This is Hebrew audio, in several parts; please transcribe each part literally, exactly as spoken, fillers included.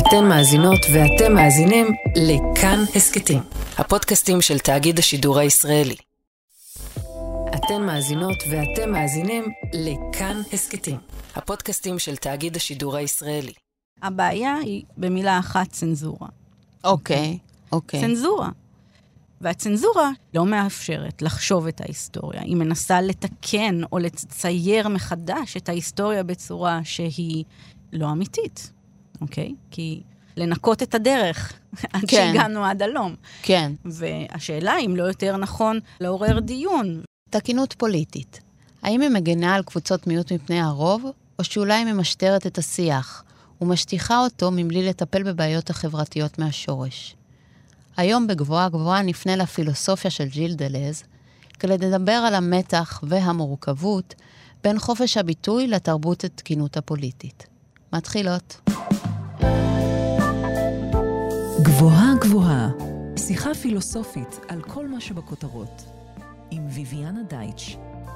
אתן מאזינות ואתם מאזינים לכאן הסקטים, הפודקאסטים של תאגיד השידור הישראלי. אתן מאזינות ואתם מאזינים לכאן הסקטים, הפודקאסטים של תאגיד השידור הישראלי. הבעיה היא במילה אחת צנזורה. אוקיי, אוקיי. צנזורה. והצנזורה לא מאפשרת לחשוב את ההיסטוריה. היא מנסה לתקן או לצייר מחדש את ההיסטוריה בצורה שהיא לא אמיתית. אוקיי? כי לנקות את הדרך עד כן. שהגענו עד הלום. כן. והשאלה אם לא יותר נכון לעורר דיון. תקינות פוליטית. האם היא מגנה על קבוצות מיעוט מפני הרוב, או שאולי היא ממשטרת את השיח, ומשטיחה אותו מבלי לטפל בבעיות החברתיות מהשורש? היום בגבוהה גבוהה נפנה לפילוסופיה של ז'יל דלז, כדי לדבר על המתח והמורכבות בין חופש הביטוי לתרבות התקינות הפוליטית. מתחילות. גבוהה גבוהה, שיחה פילוסופית על כל מה שבכותרות, עם ויביאנה דייטש.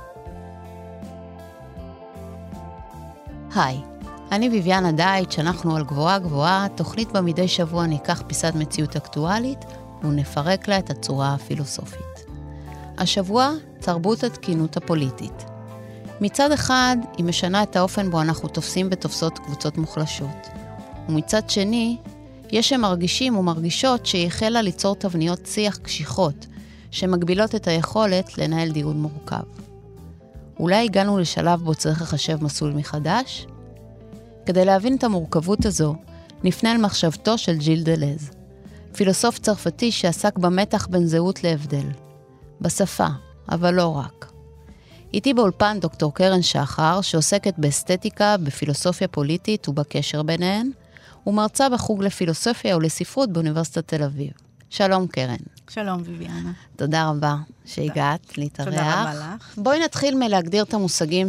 היי, אני ויביאנה דייטש, אנחנו על גבוהה גבוהה, תוכנית במדי שבוע ניקח פיסת מציאות אקטואלית ונפרק לה את הצורה הפילוסופית. השבוע, תרבות התקינות הפוליטית. מצד אחד, היא משנה את האופן בו אנחנו תופסים ותופסות קבוצות מוחלשות. ומצד שני, יש שמרגישים ומרגישות שהיא החלה ליצור תבניות שיח קשיחות, שמגבילות את היכולת לנהל דיון מורכב. אולי הגענו לשלב בו צריך לחשב מסלול מחדש? כדי להבין את המורכבות הזו, נפנה למחשבתו של ז'יל דלז, פילוסוף צרפתי שעסק במתח בין זהות להבדל. בשפה, אבל לא רק. איתי באולפן דוקטור קרן שחר, שעוסקת באסתטיקה, בפילוסופיה פוליטית ובקשר ביניהן, ומרצה בחוג לפילוסופיה ולספרות באוניברסיטת תל אביב. שלום קרן. שלום ויביאנה. תודה רבה שהגעת להתארח. תודה רבה לך. בואי נתחיל מלהגדיר את המושגים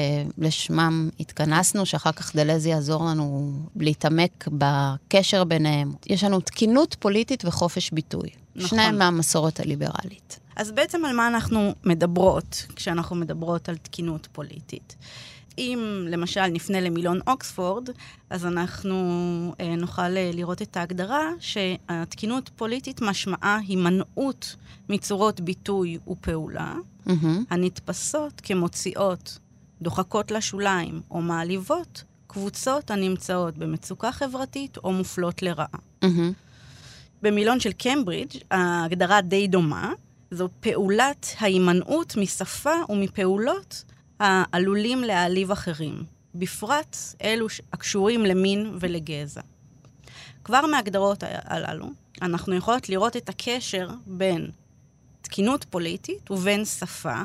שלשמם התכנסנו, שאחר כך דלז יעזור לנו להתעמק בקשר ביניהם. יש לנו תקינות פוליטית וחופש ביטוי. נכון. שניהם מהמסורת הליברלית. אז בעצם על מה אנחנו מדברות כשאנחנו מדברות על תקינות פוליטית? אם למשל נפנה למילון אוקספורד, אז אנחנו אה, נוכל אה, לראות את ההגדרה שהתקינות פוליטית משמעה הימנעות מצורות ביטוי ופעולה, mm-hmm. הנתפסות כמוציאות, דוחקות לשוליים או מעליבות, קבוצות הנמצאות במצוקה חברתית או מופלות לרעה. Mm-hmm. במילון של קמברידג' ההגדרה די דומה, זו פעולת ההימנעות משפה ומפעולות העלולים להעליב אחרים, בפרט אלו הקשורים למין ולגזע. כבר מהגדרות הללו, אנחנו יכולות לראות את הקשר בין תקינות פוליטית ובין שפה,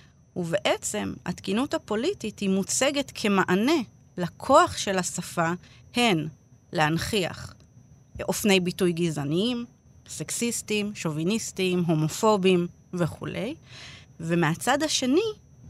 ובעצם התקינות הפוליטית היא מוצגת כמענה לכוח של השפה, הן להנכיח אופני ביטוי גזעניים, סקסיסטים, שוביניסטים, הומופובים וכו'. ומהצד השני,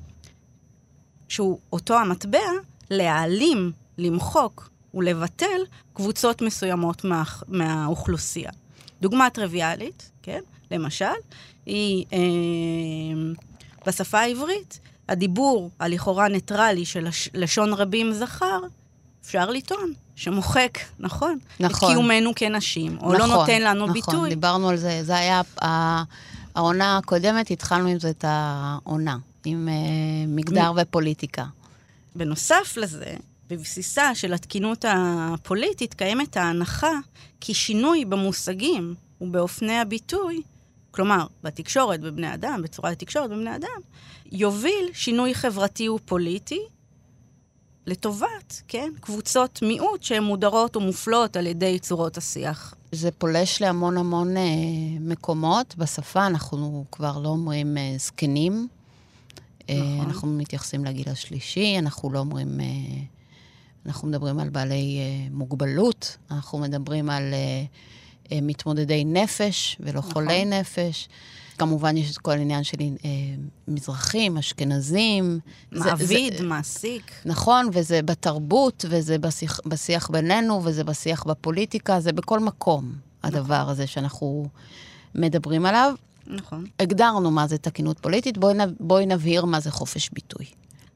שהוא אותו המטבע, להעלים, למחוק ולבטל קבוצות מסוימות מה, מהאוכלוסייה. דוגמה טריוויאלית, כן? למשל, היא אה, בשפה העברית, הדיבור הלכאורה ניטרלי של לשון רבים זכר, אפשר לטעון, שמוחק, נכון? נכון. את קיומנו כנשים, או נכון, לא נותן לנו נכון, ביטוי. נכון, דיברנו על זה, זה היה העונה הקודמת, התחלנו עם זה את העונה, עם uh, מגדר מ- ופוליטיקה. בנוסף לזה, בבסיסה של התקינות הפוליטית, קיימת ההנחה כי שינוי במושגים ובאופני הביטוי, כלומר, בתקשורת בבני אדם, בצורת התקשורת בבני אדם, יוביל שינוי חברתי ופוליטי, לטובת, כן, קבוצות מיעוט שהן מודרות ומופלות על ידי צורות השיח. זה פולש להמון המון אה, מקומות. בשפה אנחנו כבר לא אומרים אה, זקנים. נכון. אה, אנחנו מתייחסים לגיל השלישי, אנחנו לא אומרים, אה, אנחנו מדברים על בעלי אה, מוגבלות, אנחנו מדברים על אה, אה, מתמודדי נפש ולא נכון. חולי נפש. כמובן יש את כל העניין של אה, מזרחים, אשכנזים. מעביד, זה, זה, מעסיק. נכון, וזה בתרבות, וזה בשיח, בשיח בינינו, וזה בשיח בפוליטיקה, זה בכל מקום, הדבר נכון. הזה שאנחנו מדברים עליו. נכון. הגדרנו מה זה תקינות פוליטית, בואי, בואי נבהיר מה זה חופש ביטוי.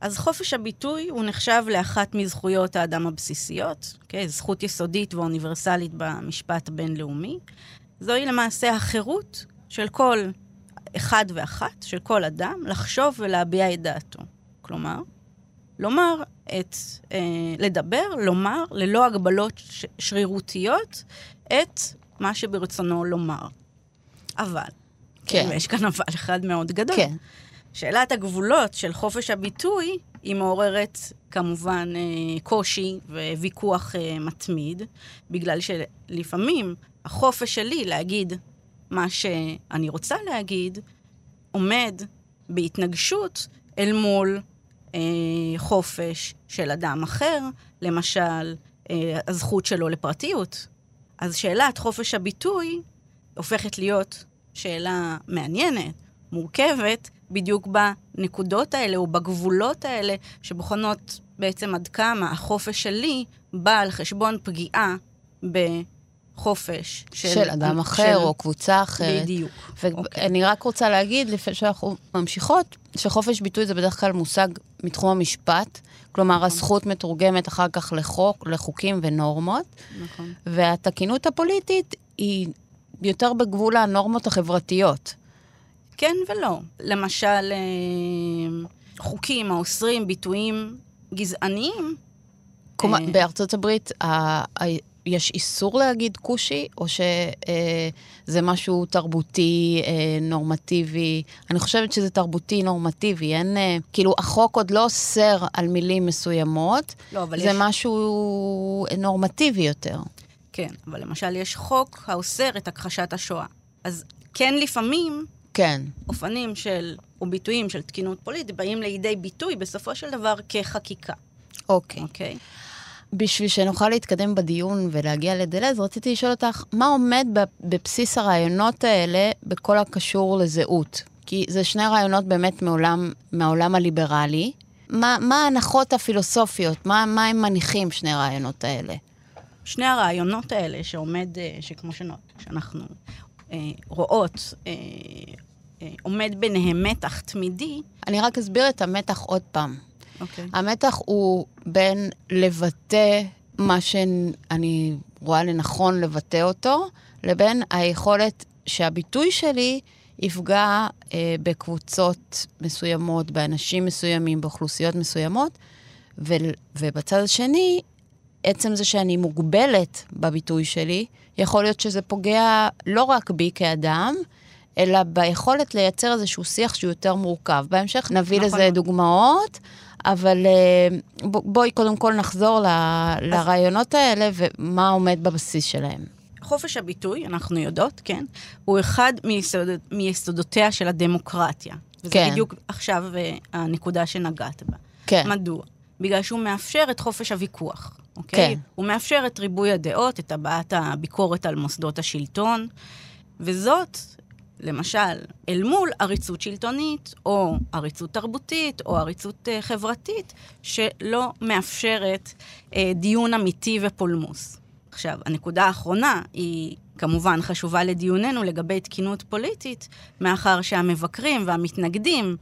אז חופש הביטוי הוא נחשב לאחת מזכויות האדם הבסיסיות, okay? זכות יסודית ואוניברסלית במשפט הבינלאומי. זוהי למעשה החירות של כל אחד ואחת, של כל אדם, לחשוב ולהביע את דעתו. כלומר, לומר את, אה, לדבר, לומר, ללא הגבלות ש- שרירותיות, את מה שברצונו לומר. אבל, כן, ויש כאן אבל אחד מאוד גדול. כן. שאלת הגבולות של חופש הביטוי היא מעוררת כמובן אה, קושי וויכוח אה, מתמיד, בגלל שלפעמים החופש שלי להגיד מה שאני רוצה להגיד, עומד בהתנגשות אל מול אה, חופש של אדם אחר, למשל אה, הזכות שלו לפרטיות. אז שאלת חופש הביטוי הופכת להיות שאלה מעניינת, מורכבת, בדיוק בנקודות האלה או בגבולות האלה, שבוחנות בעצם עד כמה החופש שלי בא על חשבון פגיעה בחופש של, של אדם אחר של... או קבוצה אחרת. בדיוק. ואני okay. רק רוצה להגיד, לפני שאנחנו ממשיכות, שחופש ביטוי זה בדרך כלל מושג מתחום המשפט, כלומר, נכון. הזכות מתורגמת אחר כך לחוק, לחוקים ונורמות, נכון. והתקינות הפוליטית היא יותר בגבול הנורמות החברתיות. כן ולא. למשל, חוקים האוסרים ביטויים גזעניים. כמו, בארצות הברית יש איסור להגיד קושי, או שזה משהו תרבותי, נורמטיבי? אני חושבת שזה תרבותי, נורמטיבי. אין, כאילו, החוק עוד לא אוסר על מילים מסוימות, לא, אבל זה יש... משהו נורמטיבי יותר. כן, אבל למשל יש חוק האוסר את הכחשת השואה. אז כן לפעמים... כן. אופנים של, או ביטויים של תקינות פוליטית, באים לידי ביטוי בסופו של דבר כחקיקה. אוקיי. אוקיי. בשביל שנוכל להתקדם בדיון ולהגיע לדלז, רציתי לשאול אותך, מה עומד בבסיס הרעיונות האלה בכל הקשור לזהות? כי זה שני רעיונות באמת מעולם, מהעולם הליברלי. מה, מה ההנחות הפילוסופיות? מה, מה הם מניחים שני הרעיונות האלה? שני הרעיונות האלה שעומד, שכמו שנות, שאנחנו אה, רואות, אה, אה, עומד ביניהם מתח תמידי. אני רק אסביר את המתח עוד פעם. אוקיי. המתח הוא בין לבטא מה שאני רואה לנכון לבטא אותו, לבין היכולת שהביטוי שלי יפגע אה, בקבוצות מסוימות, באנשים מסוימים, באוכלוסיות מסוימות, ו, ובצד השני, עצם זה שאני מוגבלת בביטוי שלי, יכול להיות שזה פוגע לא רק בי כאדם, אלא ביכולת לייצר איזשהו שיח שהוא יותר מורכב. בהמשך נביא נכון. לזה דוגמאות, אבל בואי קודם כל נחזור ל, לרעיונות האלה, ומה עומד בבסיס שלהם. חופש הביטוי, אנחנו יודעות, כן, הוא אחד מיסוד, מיסודותיה של הדמוקרטיה. וזה כן. בדיוק עכשיו הנקודה שנגעת בה. כן. מדוע? בגלל שהוא מאפשר את חופש הוויכוח. אוקיי? כן. הוא מאפשר את ריבוי הדעות, את הבעת הביקורת על מוסדות השלטון, וזאת, למשל, אל מול עריצות שלטונית, או עריצות תרבותית, או עריצות uh, חברתית, שלא מאפשרת uh, דיון אמיתי ופולמוס. עכשיו, הנקודה האחרונה היא כמובן חשובה לדיוננו לגבי תקינות פוליטית, מאחר שהמבקרים והמתנגדים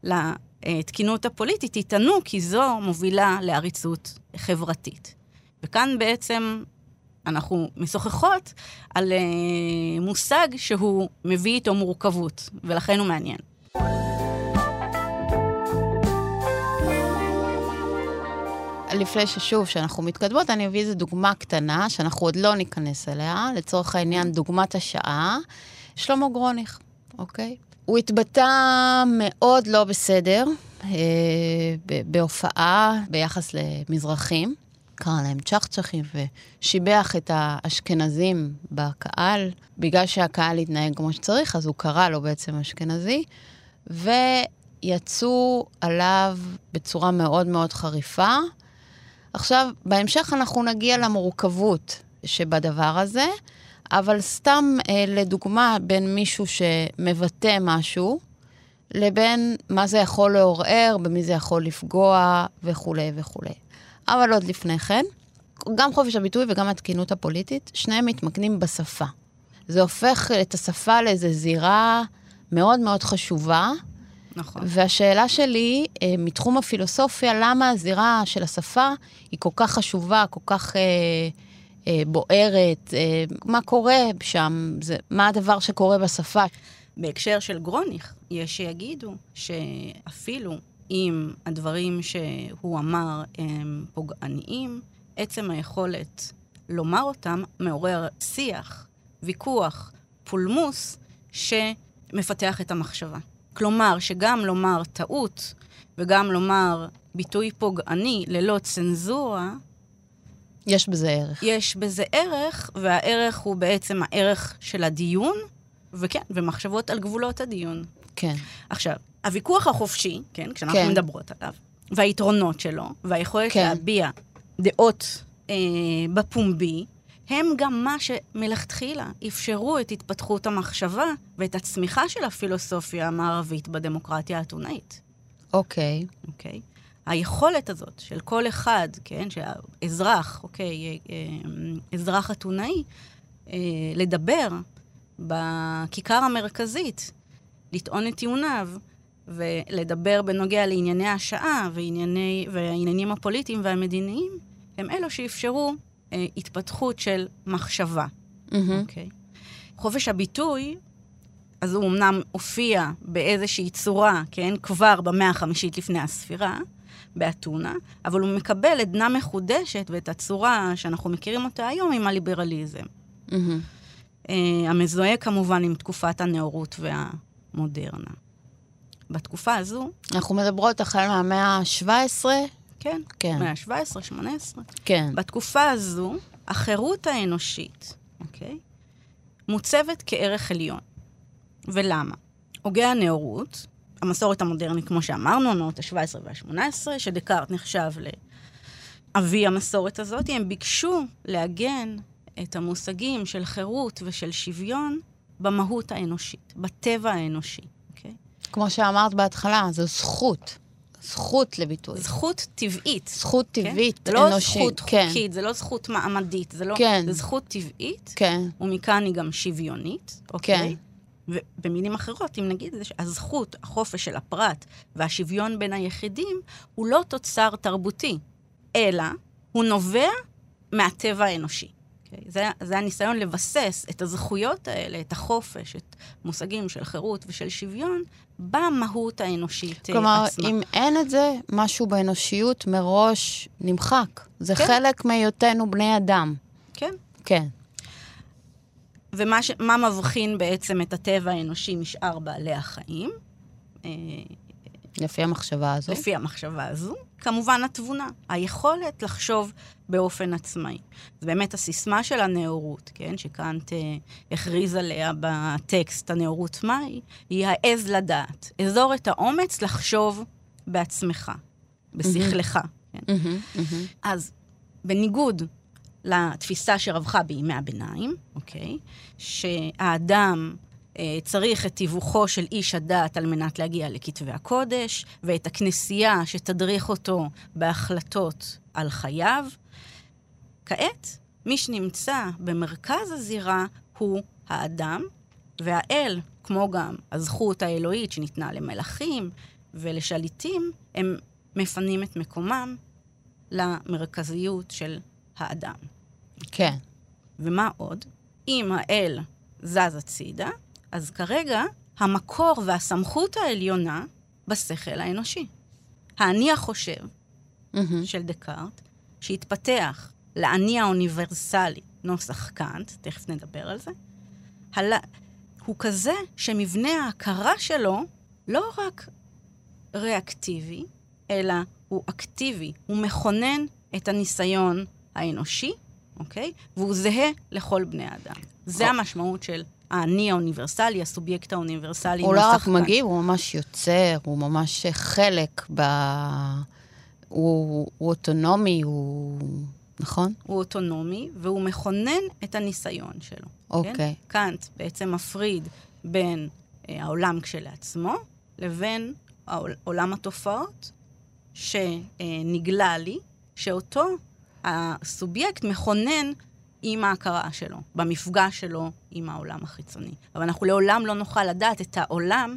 לתקינות הפוליטית יתענו, כי זו מובילה לעריצות חברתית. וכאן בעצם אנחנו משוחחות על uh, מושג שהוא מביא איתו מורכבות, ולכן הוא מעניין. לפני ששוב, שאנחנו מתקדמות, אני אביא איזו דוגמה קטנה, שאנחנו עוד לא ניכנס אליה, לצורך העניין, דוגמת השעה, שלמה גרוניך, אוקיי? הוא התבטא מאוד לא בסדר, אה, בהופעה ביחס למזרחים, קרא להם צ'חצ'חים, ושיבח את האשכנזים בקהל, בגלל שהקהל התנהג כמו שצריך, אז הוא קרא לו בעצם אשכנזי, ויצאו עליו בצורה מאוד מאוד חריפה. עכשיו, בהמשך אנחנו נגיע למורכבות שבדבר הזה, אבל סתם אה, לדוגמה בין מישהו שמבטא משהו, לבין מה זה יכול לעורר, במי זה יכול לפגוע וכו' וכו'. אבל עוד לפני כן, גם חופש הביטוי וגם התקינות הפוליטית, שניהם מתמקנים בשפה. זה הופך את השפה לאיזו זירה מאוד מאוד חשובה, נכון. והשאלה שלי, מתחום הפילוסופיה, למה הזירה של השפה היא כל כך חשובה, כל כך אה, אה, בוערת, אה, מה קורה שם, זה, מה הדבר שקורה בשפה? בהקשר של גרוניך, יש שיגידו שאפילו אם הדברים שהוא אמר הם פוגעניים, עצם היכולת לומר אותם מעורר שיח, ויכוח, פולמוס, שמפתח את המחשבה. כלומר, שגם לומר טעות, וגם לומר ביטוי פוגעני ללא צנזורה, יש בזה ערך. יש בזה ערך, והערך הוא בעצם הערך של הדיון, וכן, ומחשבות על גבולות הדיון. כן. עכשיו, הוויכוח החופשי, כן, כשאנחנו כן. מדברות עליו, והיתרונות שלו, והיכולת כן. להביע דעות אה, בפומבי, הם גם מה שמלכתחילה אפשרו את התפתחות המחשבה ואת הצמיחה של הפילוסופיה המערבית בדמוקרטיה האתונאית. אוקיי. אוקיי? היכולת הזאת של כל אחד, כן, שהאזרח, אוקיי, אזרח אתונאי, לדבר בכיכר המרכזית, לטעון את טיעוניו, ולדבר בנוגע לענייני השעה וענייני, והעניינים הפוליטיים והמדיניים, הם אלו שאפשרו אה, התפתחות של מחשבה. Mm-hmm. אוקיי? חופש הביטוי, אז הוא אמנם הופיע באיזושהי צורה, כן, כבר במאה החמישית לפני הספירה, באתונה, אבל הוא מקבל עדנה מחודשת ואת הצורה שאנחנו מכירים אותה היום עם הליברליזם. Mm-hmm. אה, המזוהה כמובן עם תקופת הנאורות והמודרנה. בתקופה הזו... אנחנו מדברות החל מהמאה ה-שבע עשרה? כן, כן. מאה ה-שבע עשרה, שמונה עשרה. כן. בתקופה הזו, החירות האנושית, אוקיי, מוצבת כערך עליון. ולמה? הוגי הנאורות, המסורת המודרנית, כמו שאמרנו, המאות ה-שבע עשרה וה-שמונה עשרה, שדקארט נחשב לאבי המסורת הזאת, הם ביקשו להגן את המושגים של חירות ושל שוויון במהות האנושית, בטבע האנושי. אוקיי? כמו שאמרת בהתחלה, זו זכות. זכות לביטוי. זכות טבעית. זכות טבעית, כן? זה אנושית. לא זכות כן. חוקית, זה לא זכות מעמדית, זה, לא, כן. זה זכות טבעית, כן. ומכאן היא גם שוויונית, אוקיי? כן. ובמילים אחרות, אם נגיד, הזכות, החופש של הפרט והשוויון בין היחידים, הוא לא תוצר תרבותי, אלא הוא נובע מהטבע האנושי. Okay? זה, זה הניסיון לבסס את הזכויות האלה, את החופש, את מושגים של חירות ושל שוויון, במהות האנושית כלומר, עצמה. כלומר, אם אין את זה, משהו באנושיות מראש נמחק. זה כן. חלק מהיותנו בני אדם. כן. כן. ומה ש, מה מבחין בעצם את הטבע האנושי משאר בעלי החיים? לפי המחשבה הזו. לפי המחשבה הזו. כמובן התבונה, היכולת לחשוב באופן עצמאי. זה באמת הסיסמה של הנאורות, כן? שקאנט הכריז עליה בטקסט הנאורות מהי, היא העז לדעת. אזור את האומץ לחשוב בעצמך, בשכלך. כן? Mm-hmm, mm-hmm. אז בניגוד לתפיסה שרווחה בימי הביניים, אוקיי? שהאדם צריך את תיווכו של איש הדת על מנת להגיע לכתבי הקודש, ואת הכנסייה שתדריך אותו בהחלטות על חייו. כעת, מי שנמצא במרכז הזירה הוא האדם, והאל, כמו גם הזכות האלוהית שניתנה למלאכים ולשליטים, הם מפנים את מקומם למרכזיות של האדם. כן. ומה עוד? אם האל זז הצידה, אז כרגע המקור והסמכות העליונה בשכל האנושי. האני החושב mm-hmm. של דקארט, שהתפתח לאני האוניברסלי, נוסח קאנט, תכף נדבר על זה, הל... הוא כזה שמבנה ההכרה שלו לא רק ריאקטיבי, אלא הוא אקטיבי, הוא מכונן את הניסיון האנושי, אוקיי? והוא זהה לכל בני האדם. זה המשמעות של האני האוניברסלי, הסובייקט האוניברסלי. הוא לא רק מגיב, הוא ממש יוצר, הוא ממש חלק ב... הוא, הוא אוטונומי, הוא... נכון? הוא אוטונומי, והוא מכונן את הניסיון שלו. אוקיי. כן? קאנט בעצם מפריד בין אה, העולם כשלעצמו, לבין העול, עולם התופעות, שנגלה לי, שאותו הסובייקט מכונן עם ההכרה שלו, במפגש שלו עם העולם החיצוני. אבל אנחנו לעולם לא נוכל לדעת את העולם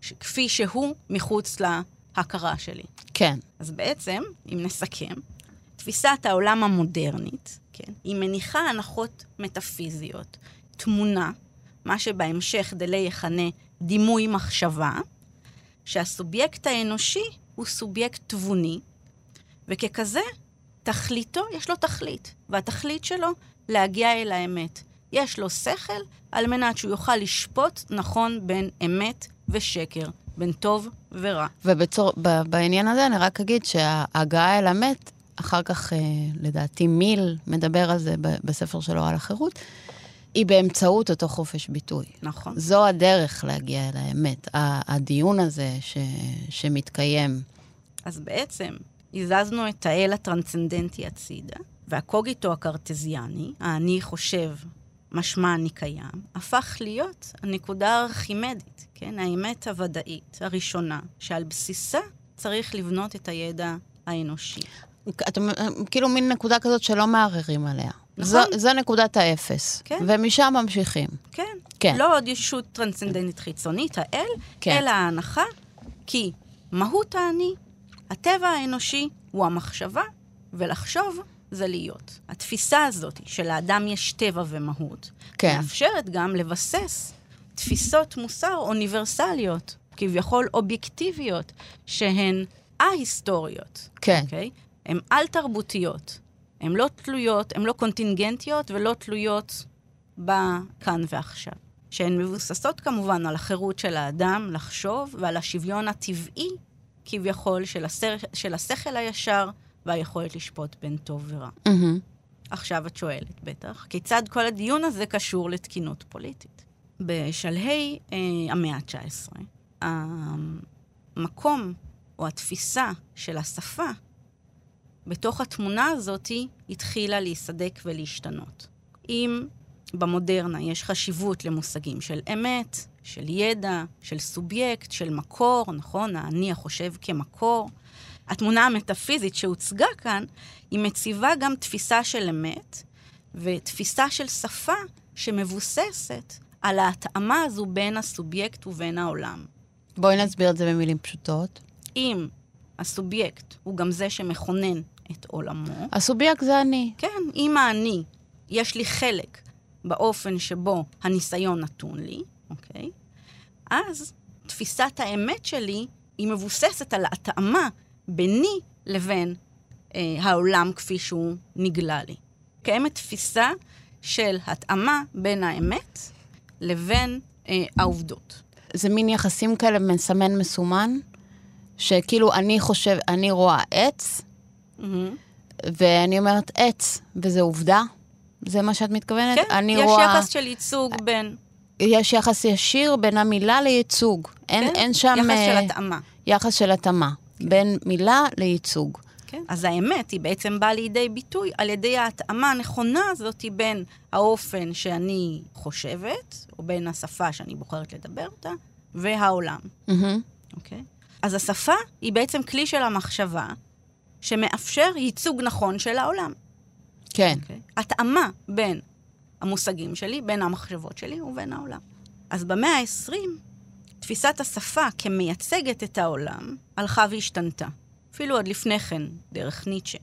כפי שהוא מחוץ להכרה שלי. כן. אז בעצם, אם נסכם, תפיסת העולם המודרנית, כן, היא מניחה הנחות מטאפיזיות, תמונה, מה שבהמשך דלי יכנה דימוי מחשבה, שהסובייקט האנושי הוא סובייקט תבוני, וככזה, תכליתו, יש לו תכלית, והתכלית שלו להגיע אל האמת. יש לו שכל על מנת שהוא יוכל לשפוט נכון בין אמת ושקר, בין טוב ורע. ובעניין הזה אני רק אגיד שההגעה אל האמת, אחר כך, לדעתי, מיל מדבר על זה בספר שלו על החירות, היא באמצעות אותו חופש ביטוי. נכון. זו הדרך להגיע אל האמת, הדיון הזה ש, שמתקיים. אז בעצם, הזזנו את האל הטרנסצנדנטי הצידה, והקוגיטו הקרטזיאני, האני חושב, משמע אני קיים, הפך להיות הנקודה הארכימדית, כן? האמת הוודאית, הראשונה, שעל בסיסה צריך לבנות את הידע האנושי. אתה, כאילו מין נקודה כזאת שלא מערערים עליה. נכון. זו, זו נקודת האפס. כן. ומשם ממשיכים. כן. כן. לא עוד ישות טרנסצנדנטית חיצונית, האל, כן. אלא ההנחה, כי מהות האני, הטבע האנושי הוא המחשבה, ולחשוב זה להיות. התפיסה הזאת של האדם יש טבע ומהות, כן. מאפשרת גם לבסס תפיסות מוסר אוניברסליות, כביכול אובייקטיביות, שהן א-היסטוריות. כן. אוקיי? הן על-תרבותיות. הן לא תלויות, הן לא קונטינגנטיות ולא תלויות בכאן ועכשיו. שהן מבוססות כמובן על החירות של האדם לחשוב ועל השוויון הטבעי כביכול של, הסר... של השכל הישר והיכולת לשפוט בין טוב ורע. Mm-hmm. עכשיו את שואלת בטח, כיצד כל הדיון הזה קשור לתקינות פוליטית? בשלהי אה, המאה ה-תשע עשרה, המקום או התפיסה של השפה בתוך התמונה הזאת התחילה להיסדק ולהשתנות. אם במודרנה יש חשיבות למושגים של אמת, של ידע, של סובייקט, של מקור, נכון? האני החושב כמקור. התמונה המטאפיזית שהוצגה כאן, היא מציבה גם תפיסה של אמת, ותפיסה של שפה שמבוססת על ההתאמה הזו בין הסובייקט ובין העולם. בואי נסביר את זה במילים פשוטות. אם הסובייקט הוא גם זה שמכונן את עולמו, הסובייקט זה אני. כן, אם האני, יש לי חלק באופן שבו הניסיון נתון לי, אוקיי? אז תפיסת האמת שלי היא מבוססת על ההתאמה ביני לבין אה, העולם כפי שהוא נגלה לי. קיימת תפיסה של התאמה בין האמת לבין אה, העובדות. זה מין יחסים כאלה מסמן מסומן, שכאילו אני חושב, אני רואה עץ, Mm-hmm. ואני אומרת עץ, וזה עובדה? זה מה שאת מתכוונת? כן, אני יש רואה... יחס של ייצוג בין... יש יחס ישיר בין המילה לייצוג. אין, כן? אין שם... יחס של uh, התאמה. יחס של התאמה. כן. בין מילה לייצוג. כן? אז האמת היא בעצם באה לידי ביטוי על ידי ההתאמה הנכונה הזאת בין האופן שאני חושבת, או בין השפה שאני בוחרת לדבר אותה, והעולם. Mm-hmm. אוקיי? אז השפה היא בעצם כלי של המחשבה, שמאפשר ייצוג נכון של העולם. כן. Okay. התאמה בין המושגים שלי, בין המחשבות שלי ובין העולם. אז במאה ה-עשרים, תפיסת השפה כמייצגת את העולם, הלכה והשתנתה. אפילו עוד לפני כן, דרך ניטשה,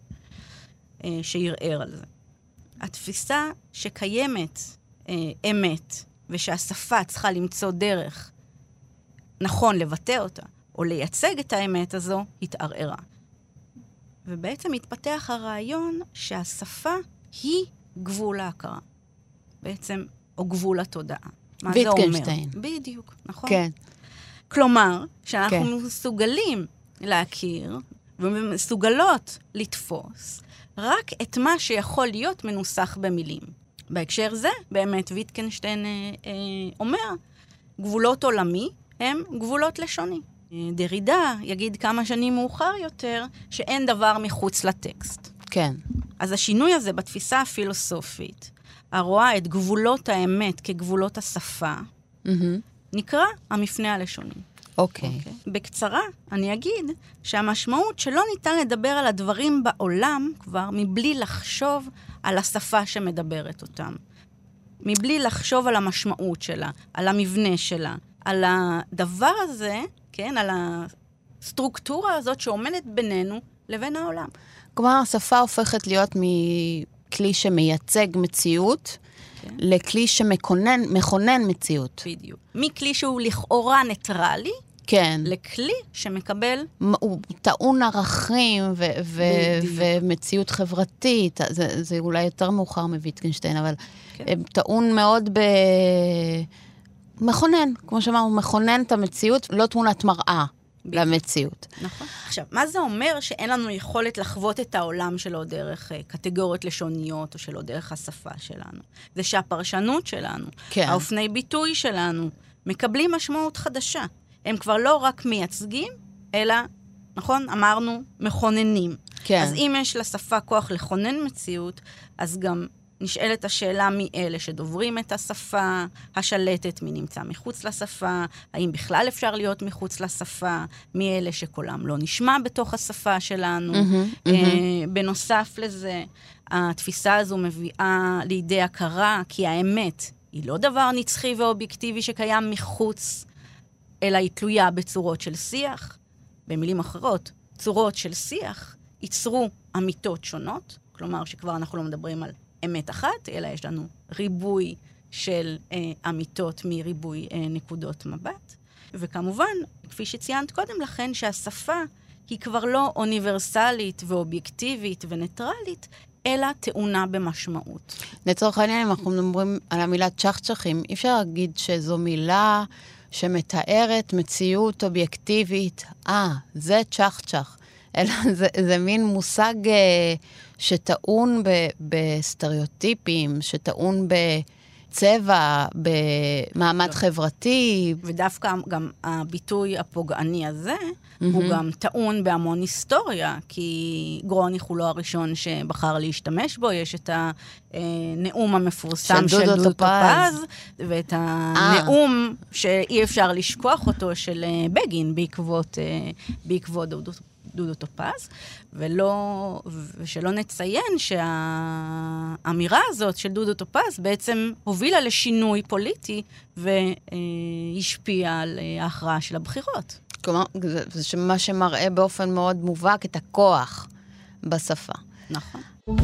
שירער על זה. התפיסה שקיימת אמת, ושהשפה צריכה למצוא דרך נכון לבטא אותה, או לייצג את האמת הזו, התערערה. ובעצם התפתח הרעיון שהשפה היא גבול ההכרה. בעצם, או גבול התודעה. מה זה אומר? ויטקנשטיין. בדיוק, נכון? כן. כלומר, שאנחנו כן. מסוגלים להכיר, ומסוגלות לתפוס, רק את מה שיכול להיות מנוסח במילים. בהקשר זה, באמת ויטקנשטיין אה, אה, אומר, גבולות עולמי הם גבולות לשוני. דרידה יגיד כמה שנים מאוחר יותר, שאין דבר מחוץ לטקסט. כן. אז השינוי הזה בתפיסה הפילוסופית, הרואה את גבולות האמת כגבולות השפה, Mm-hmm. נקרא המפנה הלשוני. אוקיי. Okay. בקצרה, אני אגיד שהמשמעות שלא ניתן לדבר על הדברים בעולם כבר, מבלי לחשוב על השפה שמדברת אותם. מבלי לחשוב על המשמעות שלה, על המבנה שלה, על הדבר הזה כן, על הסטרוקטורה הזאת שעומדת בינינו לבין העולם. כלומר, השפה הופכת להיות מכלי שמייצג מציאות, כן. לכלי שמכונן מציאות. בדיוק. מכלי שהוא לכאורה ניטרלי, כן. לכלי שמקבל... הוא טעון ערכים ו- ו- ומציאות חברתית. זה, זה אולי יותר מאוחר מוויטגנשטיין, אבל כן. טעון מאוד ב... מכונן. כמו שאמרנו, מכונן את המציאות, לא תמונת מראה בדיוק. למציאות. נכון. עכשיו, מה זה אומר שאין לנו יכולת לחוות את העולם שלו דרך uh, קטגוריות לשוניות, או שלו דרך השפה שלנו? זה שהפרשנות שלנו, כן. האופני ביטוי שלנו, מקבלים משמעות חדשה. הם כבר לא רק מייצגים, אלא, נכון, אמרנו, מכוננים. כן. אז אם יש לשפה כוח לכונן מציאות, אז גם נשאלת השאלה מי אלה שדוברים את השפה השלטת, מי נמצא מחוץ לשפה, האם בכלל אפשר להיות מחוץ לשפה, מי אלה שקולם לא נשמע בתוך השפה שלנו. Mm-hmm, mm-hmm. אה, בנוסף לזה, התפיסה הזו מביאה לידי הכרה, כי האמת היא לא דבר נצחי ואובייקטיבי שקיים מחוץ, אלא היא תלויה בצורות של שיח. במילים אחרות, צורות של שיח ייצרו אמיתות שונות, כלומר שכבר אנחנו לא מדברים על אמת אחת, אלא יש לנו ריבוי של אה, אמיתות מריבוי אה, נקודות מבט. וכמובן, כפי שציינת קודם לכן, שהשפה היא כבר לא אוניברסלית ואובייקטיבית וניטרלית, אלא טעונה במשמעות. לצורך העניין, אם אנחנו מדברים על המילה צ'חצ'חים, אי אפשר להגיד שזו מילה שמתארת מציאות אובייקטיבית, אה, זה צ'חצ'ח. אלא זה, זה מין מושג אה, שטעון ב, בסטריאוטיפים, שטעון בצבע, במעמד לא. חברתי. ודווקא גם הביטוי הפוגעני הזה, mm-hmm. הוא גם טעון בהמון היסטוריה, כי גרוניך הוא לא הראשון שבחר להשתמש בו, יש את הנאום המפורסם של דודו טופז, ואת הנאום 아. שאי אפשר לשכוח אותו של בגין בעקבות, בעקבות דודו טופז. דודו טופז, ולא, ושלא נציין שהאמירה הזאת של דודו טופז בעצם הובילה לשינוי פוליטי והשפיעה על ההכרעה של הבחירות. כלומר, זה מה שמראה באופן מאוד מובהק את הכוח בשפה. נכון.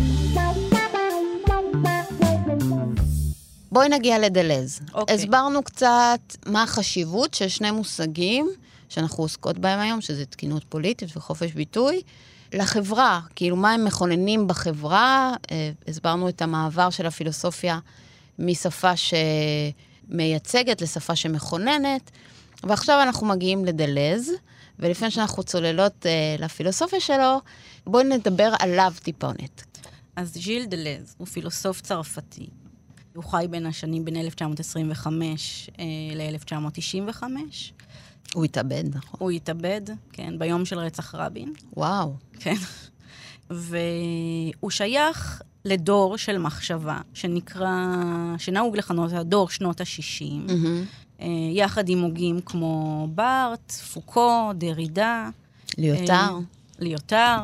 בואי נגיע לדלז. Okay. הסברנו קצת מה החשיבות של שני מושגים שאנחנו עוסקות בהם היום, שזה תקינות פוליטית וחופש ביטוי, לחברה, כאילו מה הם מכוננים בחברה, אה, הסברנו את המעבר של הפילוסופיה משפה שמייצגת לשפה שמכוננת, ועכשיו אנחנו מגיעים לדלז, ולפני שאנחנו צוללות אה, לפילוסופיה שלו, בואי נדבר עליו טיפונת. אז ז'יל דלז הוא פילוסוף צרפתי, הוא חי בין השנים בין אלף תשע מאות עשרים וחמש אה, ל-אלף תשע מאות תשעים וחמש, הוא התאבד, נכון. הוא התאבד, כן, ביום של רצח רבין. וואו. כן. והוא שייך לדור של מחשבה, שנקרא, שנהוג לכנות הדור שנות ה-שישים, mm-hmm. יחד עם הוגים כמו בארט, פוקו, דרידה. ליוטר. ליוטר,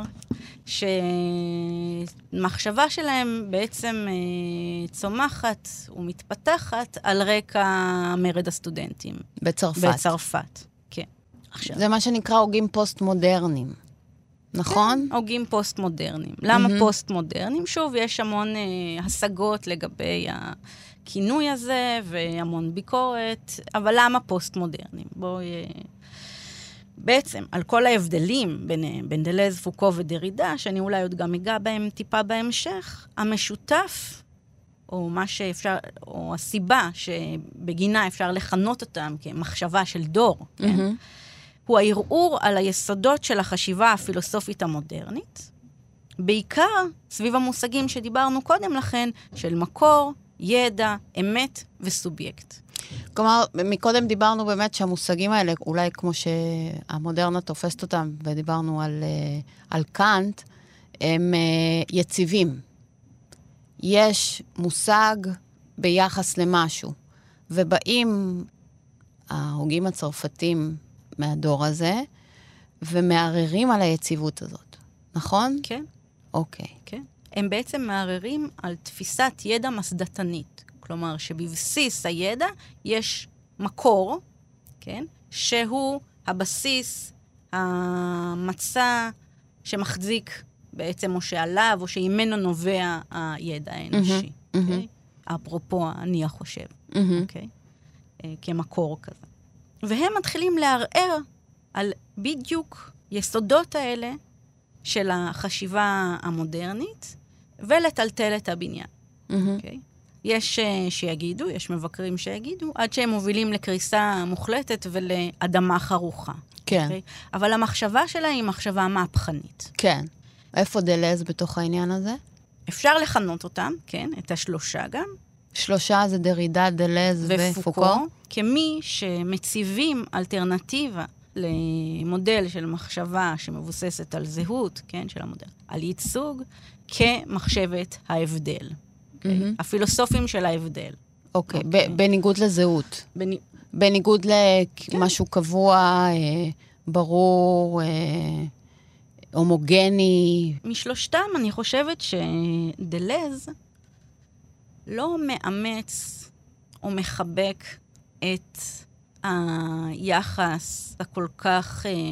שמחשבה שלהם בעצם צומחת ומתפתחת על רקע מרד הסטודנטים. בצרפת. בצרפת. עכשיו. זה מה שנקרא הוגים פוסט-מודרניים, נכון? כן, הוגים פוסט-מודרניים. למה mm-hmm. פוסט-מודרניים? שוב, יש המון אה, השגות לגבי הכינוי הזה, והמון ביקורת, אבל למה פוסט-מודרניים? בואי... אה... בעצם, על כל ההבדלים ביניהם, בין דלז, פוקו ודרידה, שאני אולי עוד גם אגע בהם טיפה בהמשך, המשותף, או מה שאפשר, או הסיבה שבגינה אפשר לכנות אותם כמחשבה של דור, mm-hmm. כן? הוא הערעור על היסודות של החשיבה הפילוסופית המודרנית, בעיקר סביב המושגים שדיברנו קודם לכן, של מקור, ידע, אמת וסובייקט. כלומר, מקודם דיברנו באמת שהמושגים האלה, אולי כמו שהמודרנה תופסת אותם, ודיברנו על, על קאנט, הם יציבים. יש מושג ביחס למשהו, ובאים ההוגים הצרפתים מהדור הזה, ומערערים על היציבות הזאת. נכון? כן. אוקיי. כן. הם בעצם מערערים על תפיסת ידע מסדתנית. כלומר, שבבסיס הידע יש מקור, כן? שהוא הבסיס, המצע שמחזיק בעצם, או שעליו, או שממנו נובע הידע האנושי. Mm-hmm. Okay? אפרופו, אני חושב. Mm-hmm. Okay? Uh, כמקור כזה. והם מתחילים לערער על בדיוק יסודות האלה של החשיבה המודרנית, ולטלטל את הבניין. Mm-hmm. Okay? יש uh, שיגידו, יש מבקרים שיגידו, עד שהם מובילים לקריסה מוחלטת ולאדמה חרוכה. כן. Okay? אבל המחשבה שלה היא מחשבה מהפכנית. כן. איפה דלז בתוך העניין הזה? אפשר לכנות אותם, כן, את השלושה גם. שלושה זה דרידה, דלז ופוקו. כמי שמציבים אלטרנטיבה למודל של מחשבה שמבוססת על זהות, כן, של המודל, על ייצוג, כמחשבת ההבדל. Okay? Mm-hmm. הפילוסופים של ההבדל. אוקיי, okay. okay. בניגוד לזהות. בני... בניגוד למשהו כן. קבוע, אה, ברור, אה, הומוגני. משלושתם אני חושבת שדלז לא מאמץ או מחבק את היחס הכל כך אה,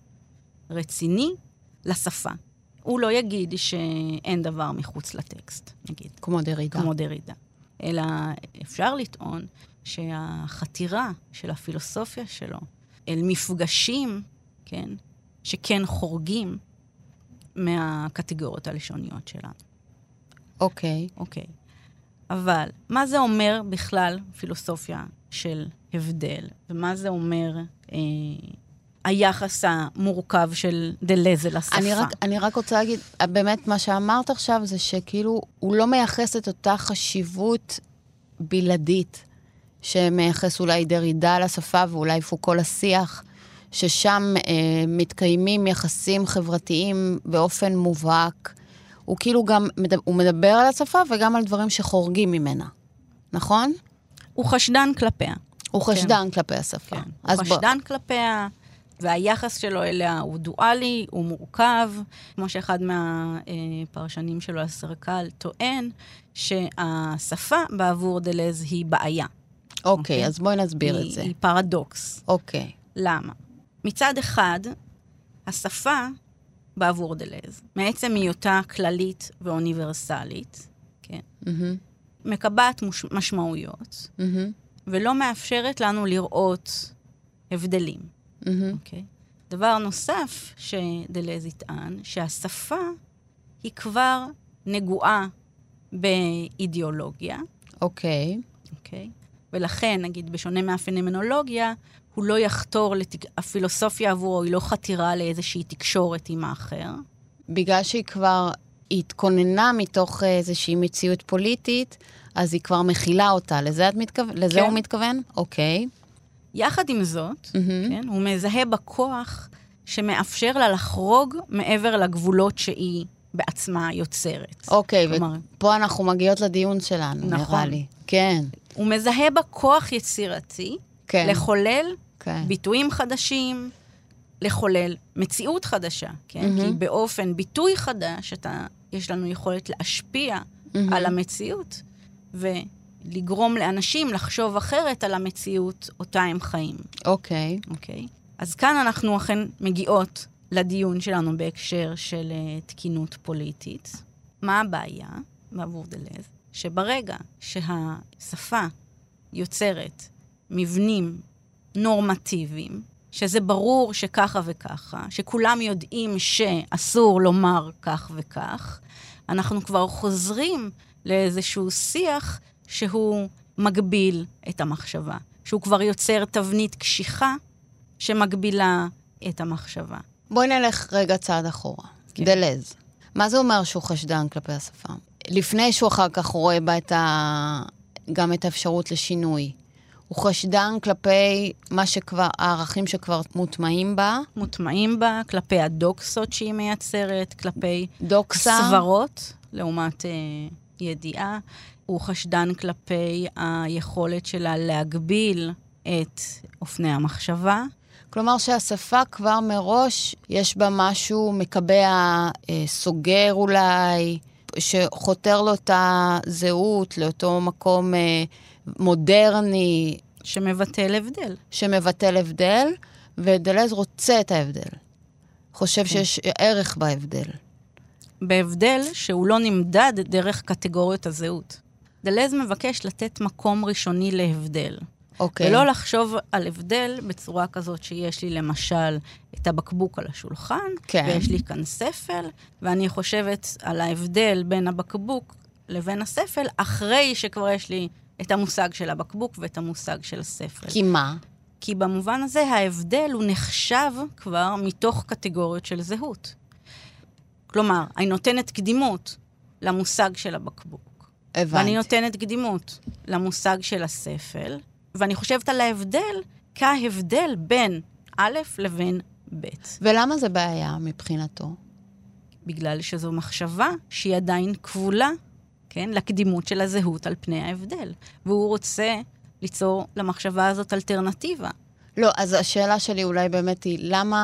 רציני לשפה. הוא לא יגיד שאין דבר מחוץ לטקסט, נגיד. כמו דרידה. כמו דרידה. אלא אפשר לטעון שהחתירה של הפילוסופיה שלו אל מפגשים, כן, שכן חורגים מהקטגוריות הלשוניות שלנו. אוקיי. Okay. אוקיי. Okay. אבל מה זה אומר בכלל פילוסופיה של הבדל? ומה זה אומר אה, היחס המורכב של דלז לשפה? אני רק, אני רק רוצה להגיד, באמת מה שאמרת עכשיו זה שכאילו הוא לא מייחס את אותה חשיבות בלעדית שמייחס אולי דרידה לשפה ואולי פוקו לשיח, ששם אה, מתקיימים יחסים חברתיים באופן מובהק. הוא כאילו גם, הוא מדבר על השפה וגם על דברים שחורגים ממנה. נכון? הוא חשדן כלפיה. הוא חשדן כן. כלפי השפה. כן. הוא חשדן בוא... כלפיה, והיחס שלו אליה הוא דואלי, הוא מורכב, כמו שאחד מהפרשנים שלו, הסרקל, טוען שהשפה בעבור דלז היא בעיה. אוקיי, okay, אז בואי נסביר היא, את זה. היא פרדוקס. אוקיי. Okay. למה? מצד אחד, השפה בעבור דלז, מעצם היותה כללית ואוניברסלית, כן? Mm-hmm. מקבעת מש... משמעויות, mm-hmm. ולא מאפשרת לנו לראות הבדלים. Mm-hmm. Okay? דבר נוסף שדלז יטען, שהשפה היא כבר נגועה באידיאולוגיה. אוקיי. Okay. אוקיי? Okay? ולכן, נגיד, בשונה מהפנומנולוגיה, הוא לא יחתור, לתק... הפילוסופיה עבורו היא לא חתירה לאיזושהי תקשורת עם האחר. בגלל שהיא כבר התכוננה מתוך איזושהי מציאות פוליטית, אז היא כבר מכילה אותה. לזה, את מתכו... לזה כן. הוא מתכוון? אוקיי. יחד עם זאת, mm-hmm. כן, הוא מזהה בכוח שמאפשר לה לחרוג מעבר לגבולות שהיא בעצמה יוצרת. אוקיי, כלומר... ופה אנחנו מגיעות לדיון שלנו, נכון. נראה לי. כן. הוא מזהה בכוח יצירתי, כן. לחולל כן. ביטויים חדשים, לחולל מציאות חדשה, כן? Mm-hmm. כי באופן ביטוי חדש, אתה, יש לנו יכולת להשפיע mm-hmm. על המציאות, ולגרום לאנשים לחשוב אחרת על המציאות אותה הם חיים. אוקיי. Okay. אוקיי. Okay? אז כאן אנחנו אכן מגיעות לדיון שלנו בהקשר של uh, תקינות פוליטית. מה הבעיה בעבור דלז? שברגע שהשפה יוצרת מבנים נורמטיביים, שזה ברור שככה וככה, שכולם יודעים שאסור לומר כך וכך, אנחנו כבר חוזרים לאיזשהו שיח שהוא מגביל את המחשבה, שהוא כבר יוצר תבנית קשיחה שמגבילה את המחשבה. בואי נלך רגע צעד אחורה. כן. דלז. מה זה אומר שהוא חשדן כלפי השפה? לפני שהוא אחר כך רואה בה את ה... גם את האפשרות לשינוי. הוא חשדן כלפי מה שכבר, הערכים שכבר מוטמעים בה. מוטמעים בה, כלפי הדוקסות שהיא מייצרת, כלפי דוקסה. סברות, לעומת אה, ידיעה. הוא חשדן כלפי היכולת שלה להגביל את אופני המחשבה. כלומר שהשפה כבר מראש, יש בה משהו מקבע, אה, סוגר אולי, שחותר לאותה זהות, לאותו מקום אה, מודרני. שמבטל הבדל. שמבטל הבדל, ודלז רוצה את ההבדל. חושב שיש ערך בהבדל. בהבדל שהוא לא נמדד דרך קטגוריות הזהות. דלז מבקש לתת מקום ראשוני להבדל. אוקיי. ולא לחשוב על הבדל בצורה כזאת שיש לי למשל את הבקבוק על השולחן, כן. ויש לי כאן ספל, ואני חושבת על ההבדל בין הבקבוק לבין הספל, אחרי שכבר יש לי את המושג של הבקבוק ואת המושג של הספל. כי מה? כי במובן הזה ההבדל הוא נחשב כבר מתוך קטגוריות של זהות. כלומר, אני נותנת קדימות למושג של הבקבוק. הבנתי. ואני נותנת קדימות למושג של הספל, ואני חושבת על ההבדל כהבדל בין א' לבין ב'. ולמה זה בעיה מבחינתו? בגלל שזו מחשבה שהיא עדיין כבולה, כן, לקדימות של הזהות על פני ההבדל. והוא רוצה ליצור למחשבה הזאת אלטרנטיבה. לא, אז השאלה שלי אולי באמת היא, למה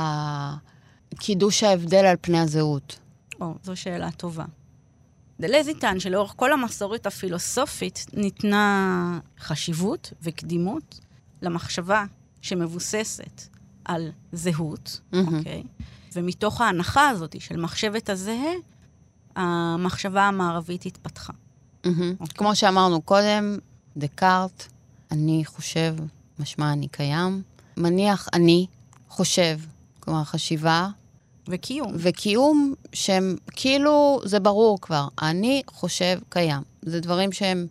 קידוש ההבדל על פני הזהות? או, זו שאלה טובה. דלז יטען שלאורך כל המסורת הפילוסופית ניתנה חשיבות וקדימות למחשבה שמבוססת על זהות, Mm-hmm. אוקיי? ומתוך ההנחה הזאת של מחשבת הזהה, המחשבה המערבית התפתחה. Mm-hmm. Okay. כמו שאמרנו קודם, דקארט, אני חושב, משמע אני קיים, מניח אני חושב, כלומר חשיבה, וקיום. וקיום שהם, כאילו, זה ברור כבר, אני חושב קיים. זה דברים שהם,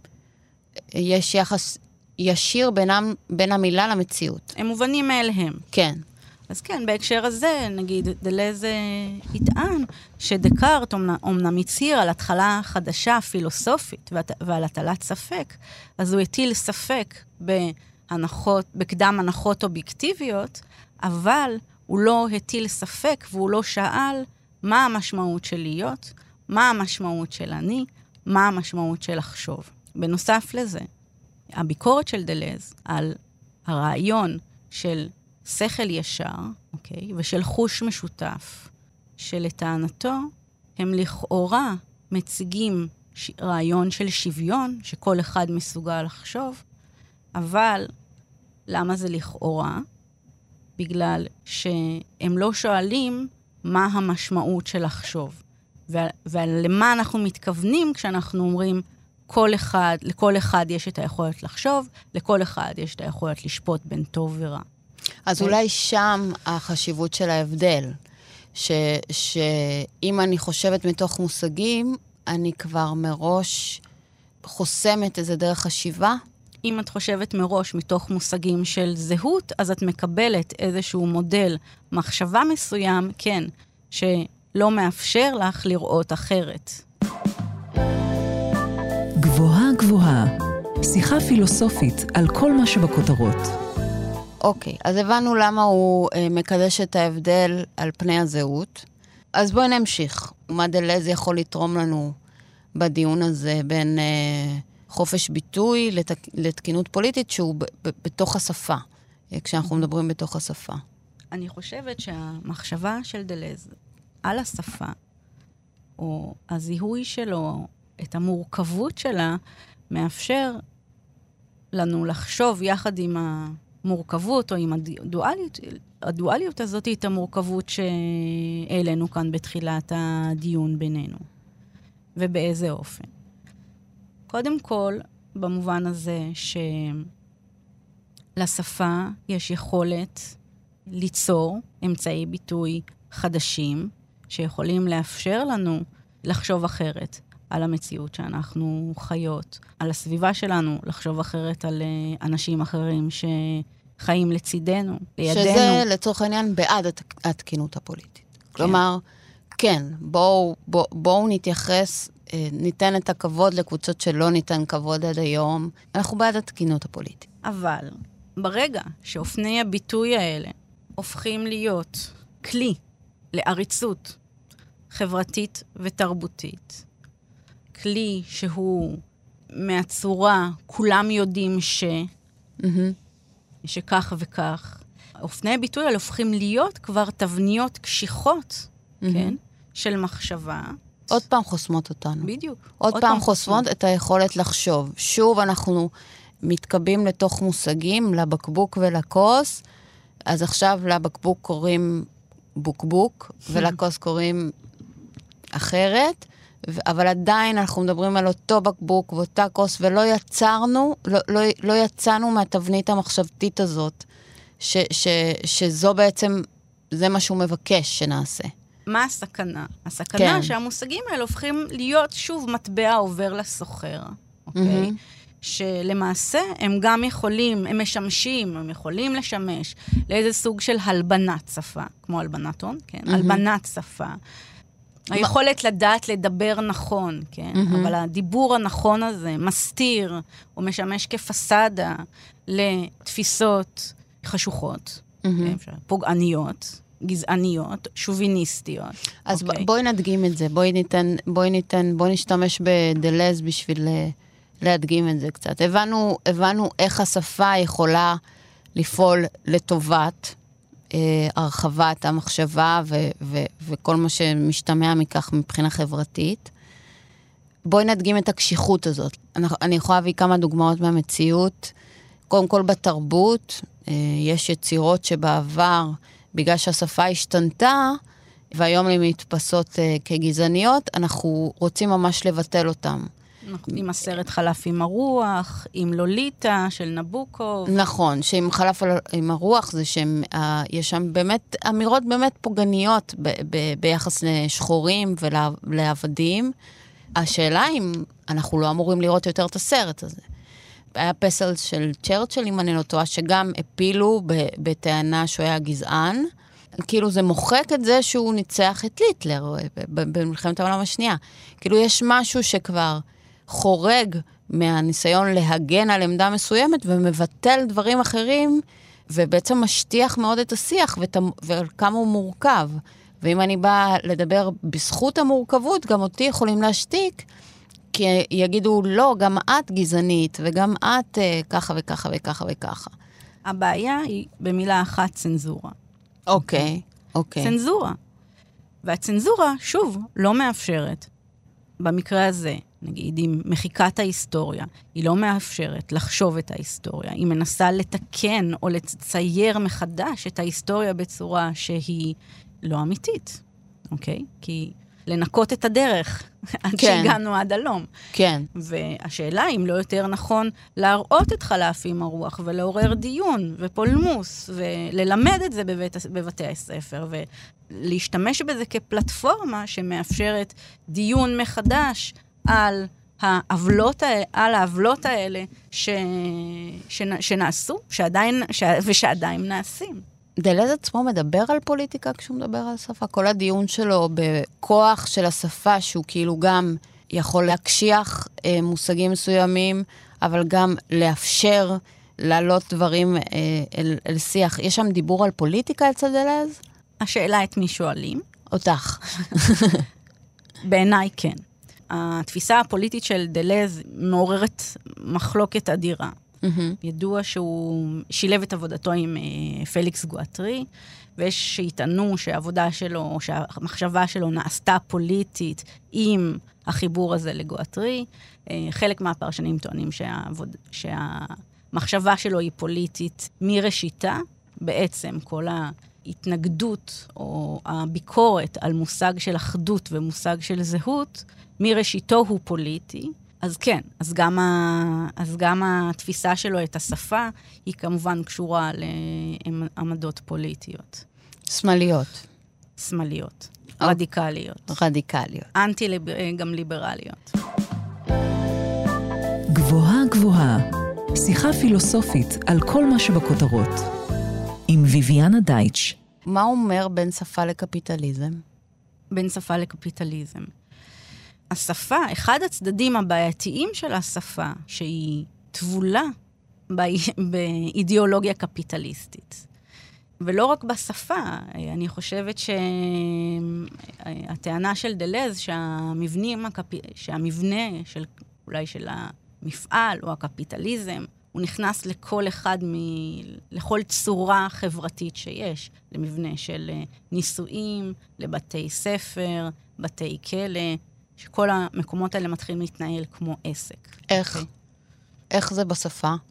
יש יחס ישיר בינם, בין המילה למציאות. הם מובנים מאליהם. כן. אז כן, בהקשר הזה, נגיד, דלז יטען שדקארט אומנם הצהיר על התחלה חדשה פילוסופית ועל הטלת ספק, אז הוא הטיל ספק בהנחות, בקדם הנחות אובייקטיביות, אבל הוא לא הטיל ספק והוא לא שאל מה המשמעות של להיות, מה המשמעות של אני, מה המשמעות של לחשוב. בנוסף לזה, הביקורת של דלז על הרעיון של שכל ישר, אוקיי, ושל חוש משותף, שלטענתו הם לכאורה מציגים ש... רעיון של שוויון, שכל אחד מסוגל לחשוב, אבל למה זה לכאורה? בגלל שהם לא שואלים מה המשמעות של לחשוב. ו... ולמה אנחנו מתכוונים כשאנחנו אומרים, כל אחד, לכל אחד יש את היכולת לחשוב, לכל אחד יש את היכולת לשפוט בין טוב ורע. אז אולי שם החשיבות של ההבדל, ש, שאם אני חושבת מתוך מושגים, אני כבר מראש חוסמת איזה דרך חשיבה. אם את חושבת מראש מתוך מושגים של זהות, אז את מקבלת איזשהו מודל מחשבה מסוים, כן, שלא מאפשר לך לראות אחרת. גבוהה גבוהה, שיחה פילוסופית על כל מה שבכותרות. אוקיי, אז הבנו למה הוא אה, מקדש את ההבדל על פני הזהות. אז בואי נמשיך. מה דלז יכול לתרום לנו בדיון הזה בין אה, חופש ביטוי לתק... לתקינות פוליטית שהוא ב- ב- בתוך השפה, אה, כשאנחנו מדברים בתוך השפה? אני חושבת שהמחשבה של דלז על השפה, או הזיהוי שלו, את המורכבות שלה, מאפשר לנו לחשוב יחד עם ה... מורכבות, או עם הדואליות, הדואליות הזאת היא את המורכבות שהעלינו כאן בתחילת הדיון בינינו. ובאיזה אופן. קודם כל, במובן הזה שלשפה יש יכולת ליצור אמצעי ביטוי חדשים, שיכולים לאפשר לנו לחשוב אחרת על המציאות שאנחנו חיות, על הסביבה שלנו, לחשוב אחרת על אנשים אחרים שחיים לצידנו, לידינו. שזה לצורך העניין בעד התק... התקינות הפוליטית. כן. כלומר, כן, בואו, בוא, בואו נתייחס, ניתן את הכבוד לקבוצות שלא ניתן כבוד עד היום. אנחנו בעד התקינות הפוליטית. אבל ברגע שאופני הביטוי האלה הופכים להיות כלי לעריצות חברתית ותרבותית, כלי שהוא מהצורה, כולם יודעים ש... Mm-hmm. שכך וכך. אופני הביטוי האלה הופכים להיות כבר תבניות קשיחות, mm-hmm. כן? של מחשבה. עוד פעם חוסמות אותנו. בדיוק. עוד, עוד פעם, פעם חוסמות את היכולת לחשוב. שוב אנחנו מתקבים לתוך מושגים, לבקבוק ולכוס, אז עכשיו לבקבוק קוראים בוקבוק, ולכוס קוראים אחרת, אבל עדיין אנחנו מדברים על אותו בקבוק ואותה כוס, ולא יצרנו, לא, לא, לא יצאנו מהתבנית המחשבתית הזאת, ש, ש, שזו בעצם, זה מה שהוא מבקש שנעשה. מה הסכנה? הסכנה כן. שהמושגים האלה הופכים להיות שוב מטבע עובר לסוחר, אוקיי? Mm-hmm. שלמעשה הם גם יכולים, הם משמשים, הם יכולים לשמש לאיזה סוג של הלבנת שפה, כמו הלבנת הון, כן? Mm-hmm. הלבנת שפה. היכולת לדעת לדבר נכון, כן? Mm-hmm. אבל הדיבור הנכון הזה מסתיר, או משמש כפסדה לתפיסות חשוכות, mm-hmm. פוגעניות, גזעניות, שוביניסטיות. אז okay. בואי נדגים את זה, בואי ניתן, בואי ניתן, בואי נשתמש בדלז בשביל להדגים את זה קצת. הבנו, הבנו איך השפה יכולה לפעול לטובת אה, הרחבת המחשבה ו, ו, וכל מה שמשתמע מכך מבחינה חברתית. בואי נדגים את הקשיחות הזאת. אני, אני יכולה להביא כמה דוגמאות מהמציאות. קודם כל בתרבות, אה, יש יצירות שבעבר בגלל שהשפה השתנתה, והיום הן מתפסות uh, כגזעניות, אנחנו רוצים ממש לבטל אותם. עם הסרט חלף עם הרוח, עם לוליטה של נבוקוב. נכון, שעם חלף עם הרוח זה שיש uh, שם באמת אמירות באמת פוגעניות ב- ב- ביחס לשחורים ולעבדים. השאלה אם אנחנו לא אמורים לראות יותר את הסרט הזה. היה פסל של צ'רצ'יל, אם אני לא טועה, שגם הפילו בטענה שהוא היה גזען. כאילו זה מוחק את זה שהוא ניצח את ליטלר במלחמת העולם השנייה. כאילו יש משהו שכבר חורג מהניסיון להגן על עמדה מסוימת ומבטל דברים אחרים, ובעצם משטיח מאוד את השיח ועל כמה הוא מורכב. ואם אני באה לדבר בזכות המורכבות, גם אותי יכולים להשתיק, כי יגידו, לא, גם את גזענית, וגם את אה, ככה וככה וככה וככה. הבעיה היא במילה אחת צנזורה. אוקיי, אוקיי. צנזורה. והצנזורה, שוב, לא מאפשרת. במקרה הזה, נגיד, עם מחיקת ההיסטוריה, היא לא מאפשרת לחשוב את ההיסטוריה. היא מנסה לתקן או לצייר מחדש את ההיסטוריה בצורה שהיא לא אמיתית. אוקיי? כי לנקות את הדרך עד כן. שהגענו עד הלום. כן. והשאלה אם לא יותר נכון להראות את חלף עם הרוח ולעורר דיון ופולמוס וללמד את זה בבית, בבתי הספר ולהשתמש בזה כפלטפורמה שמאפשרת דיון מחדש על העוולות, על העוולות האלה ש, ש, שנעשו שעדיין, ש, ושעדיין נעשים. דלז עצמו מדבר על פוליטיקה כשהוא מדבר על שפה. כל הדיון שלו בכוח של השפה, שהוא כאילו גם יכול להקשיח אה, מושגים מסוימים, אבל גם לאפשר לעלות דברים אה, אל, אל שיח. יש שם דיבור על פוליטיקה אצל דלז? השאלה את מי שואלים? אותך. בעיניי כן. התפיסה הפוליטית של דלז מעוררת מחלוקת אדירה. Mm-hmm. ידוע שהוא שילב את עבודתו עם uh, פליקס גואטרי, ויש שיטענו שהעבודה שלו, שהמחשבה שלו נעשתה פוליטית עם החיבור הזה לגואטרי. Uh, חלק מהפרשנים טוענים שהעבוד, שהמחשבה שלו היא פוליטית מראשיתה, בעצם כל ההתנגדות או הביקורת על מושג של אחדות ומושג של זהות, מראשיתו הוא פוליטי. אז כן, אז גם, ה, אז גם התפיסה שלו את השפה, היא כמובן קשורה לעמדות פוליטיות. שמאליות. שמאליות. או. רדיקליות. רדיקליות. אנטי גם ליברליות. גבוהה גבוהה. שיחה פילוסופית על כל מה שבכותרות. עם ויביאנה דייטש. מה אומר בין שפה לקפיטליזם? בין שפה לקפיטליזם. השפה, אחד הצדדים הבעייתיים של השפה, שהיא תבולה באידיאולוגיה קפיטליסטית. ולא רק בשפה, אני חושבת שהטענה של דלז, שהמבנים, שהמבנה של, אולי של המפעל או הקפיטליזם, הוא נכנס לכל אחד, מ... לכל צורה חברתית שיש, למבנה של נישואים, לבתי ספר, בתי כלא, שכל המקומות האלה מתחילים להתנהל כמו עסק. איך? Okay. איך זה בשפה?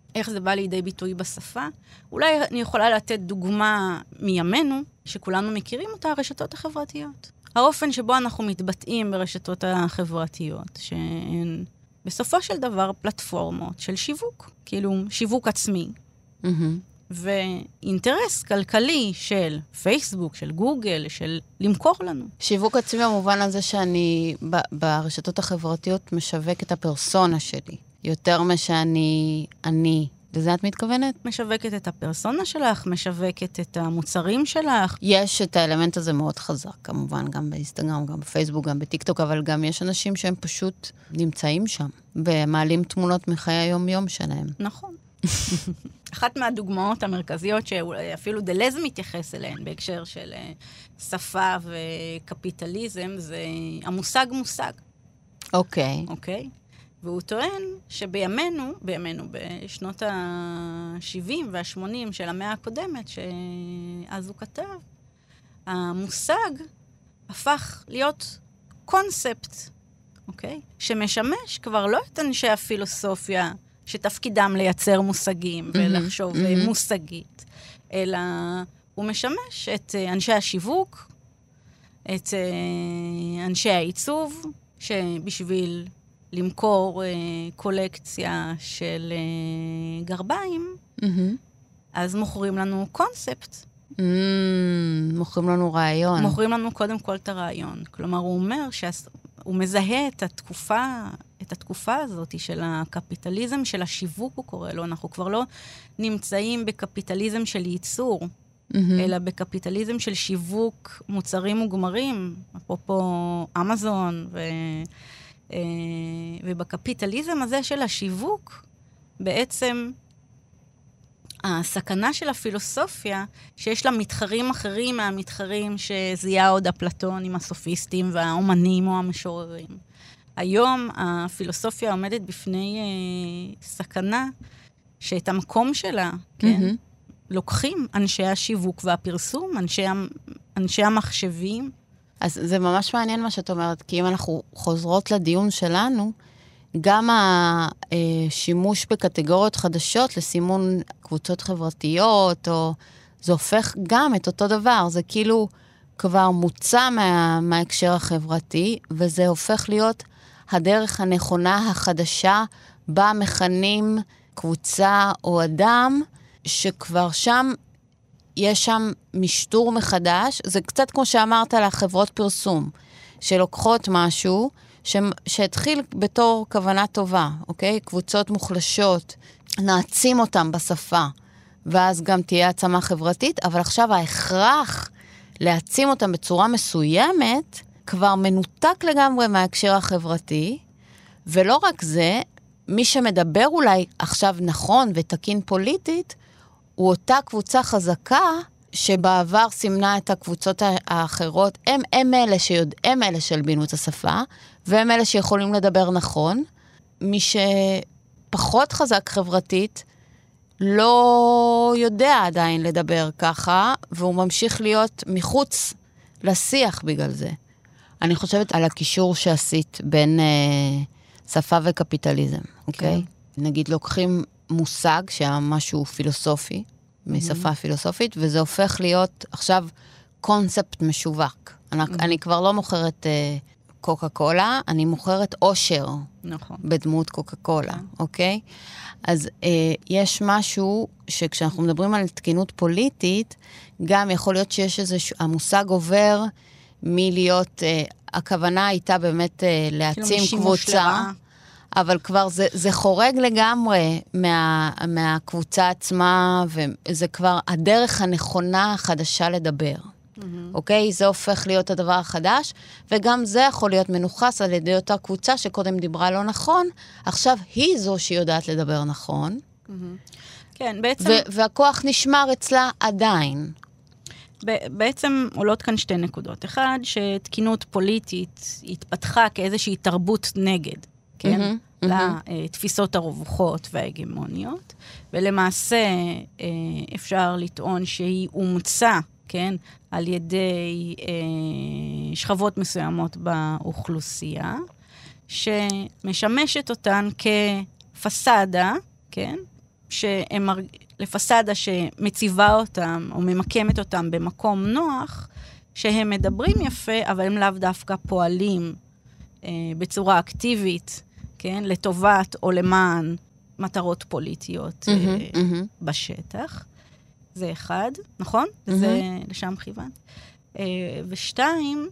איך זה בא לידי ביטוי בשפה. אולי אני יכולה לתת דוגמה מימינו, שכולנו מכירים אותה, הרשתות החברתיות. האופן שבו אנחנו מתבטאים ברשתות החברתיות, שהן בסופו של דבר פלטפורמות של שיווק, כאילו שיווק עצמי. Mm-hmm. ואינטרס כלכלי של פייסבוק, של גוגל, של למכור לנו. שיווק עצמי במובן הזה שאני ברשתות החברתיות משווק את הפרסונה שלי, יותר משאני, אני. לזה את מתכוונת? משווקת את הפרסונה שלך, משווקת את המוצרים שלך. יש את האלמנט הזה מאוד חזק, כמובן, גם באינסטגרם, גם בפייסבוק, גם בטיקטוק, אבל גם יש אנשים שהם פשוט נמצאים שם, ומעלים תמונות מחיי היום-יום שלהם. נכון. אחת מהדוגמאות המרכזיות שאפילו דלז מתייחס אליהן בהקשר של שפה וקפיטליזם, זה המושג מושג. אוקיי. אוקיי? והוא טוען שבימינו, בימינו, בשנות ה-שבעים וה-שמונים של המאה הקודמת, שאז הוא כתב, המושג הפך להיות קונספט, אוקיי? שמשמש כבר לא את אנשי הפילוסופיה, שתפקידם לייצר מושגים ולחשוב mm-hmm. מושגית, אלא הוא משמש את אנשי השיווק, את אנשי העיצוב, שבשביל למכור קולקציה של גרביים, mm-hmm. אז מוכרים לנו קונספט. Mm, מוכרים לנו רעיון. מוכרים לנו קודם כל את הרעיון. כלומר, הוא אומר שהוא מזהה את התקופה, את התקופה הזאת של הקפיטליזם, של השיווק, הוא קורא לו. אנחנו כבר לא נמצאים בקפיטליזם של ייצור, mm-hmm. אלא בקפיטליזם של שיווק מוצרים וגמרים, אפרופו אמזון, ו... ובקפיטליזם הזה של השיווק, בעצם הסכנה של הפילוסופיה, שיש לה מתחרים אחרים מהמתחרים שזיהה עוד אפלטון עם הסופיסטים והאומנים או המשוררים. היום הפילוסופיה עומדת בפני אה, סכנה שאת המקום שלה, כן, mm-hmm. לוקחים אנשי השיווק והפרסום, אנשי, אנשי המחשבים. אז זה ממש מעניין מה שאת אומרת, כי אם אנחנו חוזרות לדיון שלנו, גם השימוש בקטגוריות חדשות לסימון קבוצות חברתיות, או זה הופך גם את אותו דבר, זה כאילו כבר מוצא מה, מההקשר החברתי, וזה הופך להיות הדרך הנכונה החדשה, בה מכנים קבוצה או אדם, שכבר שם יש שם משטור מחדש, זה קצת כמו שאמרת על החברות פרסום, שלוקחות משהו, ש... שהתחיל בתור כוונה טובה, אוקיי? קבוצות מוחלשות, נעצים אותם בשפה, ואז גם תהיה עצמה חברתית, אבל עכשיו ההכרח להעצים אותם בצורה מסוימת, כבר מנותק לגמרי מההקשר החברתי, ולא רק זה, מי שמדבר אולי עכשיו נכון ותקין פוליטית, הוא אותה קבוצה חזקה, שבעבר סימנה את הקבוצות האחרות, הם, הם אלה שיודע, הם אלה שהלבינו את השפה, והם אלה שיכולים לדבר נכון. מי שפחות חזק חברתית, לא יודע עדיין לדבר ככה, והוא ממשיך להיות מחוץ לשיח בגלל זה. אני חושבת על הקישור שעשית בין אה, שפה וקפיטליזם, אוקיי? כן. נגיד לוקחים מושג שהיה משהו פילוסופי, משפה פילוסופית, וזה הופך להיות עכשיו קונספט משווק. אני, אני כבר לא מוכרת אה, קוקה קולה, אני מוכרת אושר. נכון. בדמות קוקה קולה, אוקיי? אז אה, יש משהו שכשאנחנו מדברים על תקינות פוליטית, גם יכול להיות שיש איזה, המושג עובר מלהיות, אה, הכוונה הייתה באמת אה, להעצים קבוצה, אבל כבר זה, זה חורג לגמרי מה, מהקבוצה עצמה, וזה כבר הדרך הנכונה החדשה לדבר. Mm-hmm. אוקיי? זה הופך להיות הדבר החדש, וגם זה יכול להיות מנוחס על ידי אותה קבוצה שקודם דיברה לא נכון, עכשיו היא זו שיודעת לדבר נכון. Mm-hmm. כן, בעצם... ו- והכוח נשמר אצלה עדיין. בעצם עולות כאן שתי נקודות. אחד, שתקינות פוליטית התפתחה כאיזושהי תרבות נגד. כן? Mm-hmm, לתפיסות הרווחות וההגמוניות, ולמעשה אפשר לטעון שהיא אומצה, כן? על ידי שכבות מסוימות באוכלוסייה, שמשמשת אותן כפסדה, כן? שהם, לפסדה שמציבה אותם, או ממקמת אותם במקום נוח, שהם מדברים יפה, אבל הם לאו דווקא פועלים אה, בצורה אקטיבית, כן? לטובת או למען מטרות פוליטיות mm-hmm, אה, mm-hmm. בשטח. זה אחד, נכון? Mm-hmm. זה לשם כיוון. אה, ושתיים,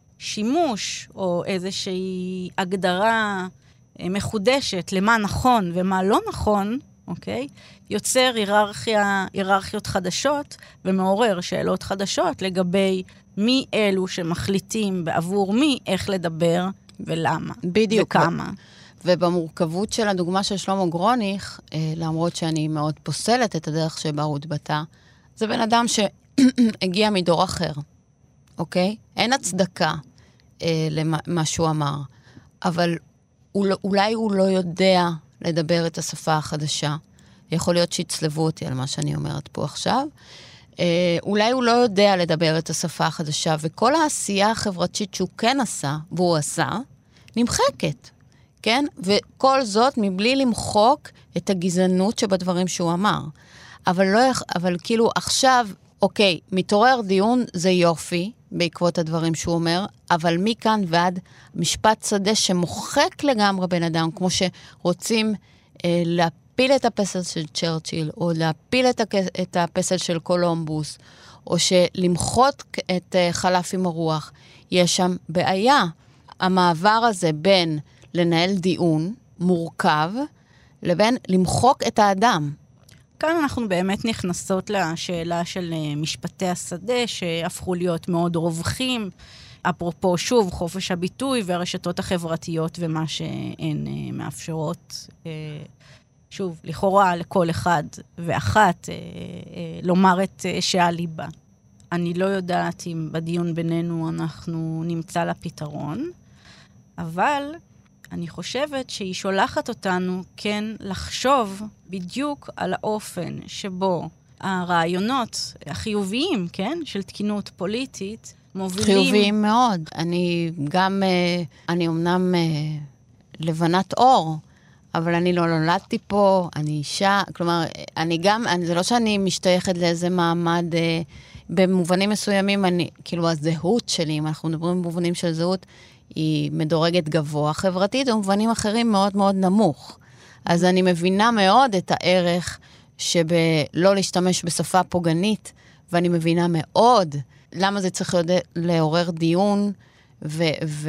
שימוש או איזושהי הגדרה אה, מחודשת למה נכון ומה לא נכון, אוקיי? יוצר היררכיה, היררכיות חדשות ומעורר שאלות חדשות לגבי מי אלו שמחליטים בעבור מי איך לדבר ולמה. בדיוק. וכמה. ובמורכבות של הדוגמה של שלמה גרוניך, למרות שאני מאוד פוסלת את הדרך שבה הוא התבטא, זה בן אדם שהגיע מדור אחר, אוקיי? אין הצדקה אה, למה שהוא אמר, אבל אולי הוא לא יודע לדבר את השפה החדשה. יכול להיות שיצלבו אותי על מה שאני אומרת פה עכשיו. אה, אולי הוא לא יודע לדבר את השפה החדשה, וכל העשייה החברתית שהוא כן עשה, והוא עשה, נמחקת. כן? וכל זאת מבלי למחוק את הגזענות שבדברים שהוא אמר. אבל לא, אבל כאילו עכשיו, אוקיי, מתעורר דיון זה יופי, בעקבות הדברים שהוא אומר, אבל מכאן ועד משפט שדה שמוחק לגמרי בן אדם, כמו שרוצים אה, להפיל את הפסל של צ'רצ'יל, או להפיל את, הכ... את הפסל של קולומבוס, או שלמחות את אה, חלף עם הרוח. יש שם בעיה. המעבר הזה בין לנהל דיון מורכב, לבין למחוק את האדם. כאן אנחנו באמת נכנסות לשאלה של משפטי השדה, שהפכו להיות מאוד רווחים, אפרופו שוב חופש הביטוי והרשתות החברתיות ומה שהן מאפשרות, שוב, לכאורה לכל אחד ואחת, לומר את שעל ליבה. אני לא יודעת אם בדיון בינינו אנחנו נמצא לה פתרון, אבל אני חושבת שהיא שולחת אותנו כן לחשוב בדיוק על האופן שבו הרעיונות החיוביים, כן, של תקינות פוליטית, מובילים... חיוביים מאוד. אני גם, אני אמנם לבנת אור, אבל אני לא נולדתי פה, אני אישה, כלומר, אני גם, אני, זה לא שאני משתייכת לאיזה מעמד, במובנים מסוימים, אני, כאילו הזהות שלי, אם אנחנו מדברים במובנים של זהות, היא מדורגת גבוה חברתית, ומובנים אחרים מאוד מאוד נמוך. אז אני מבינה מאוד את הערך שבלא להשתמש בשפה פוגענית, ואני מבינה מאוד למה זה צריך לעורר דיון, ו, ו,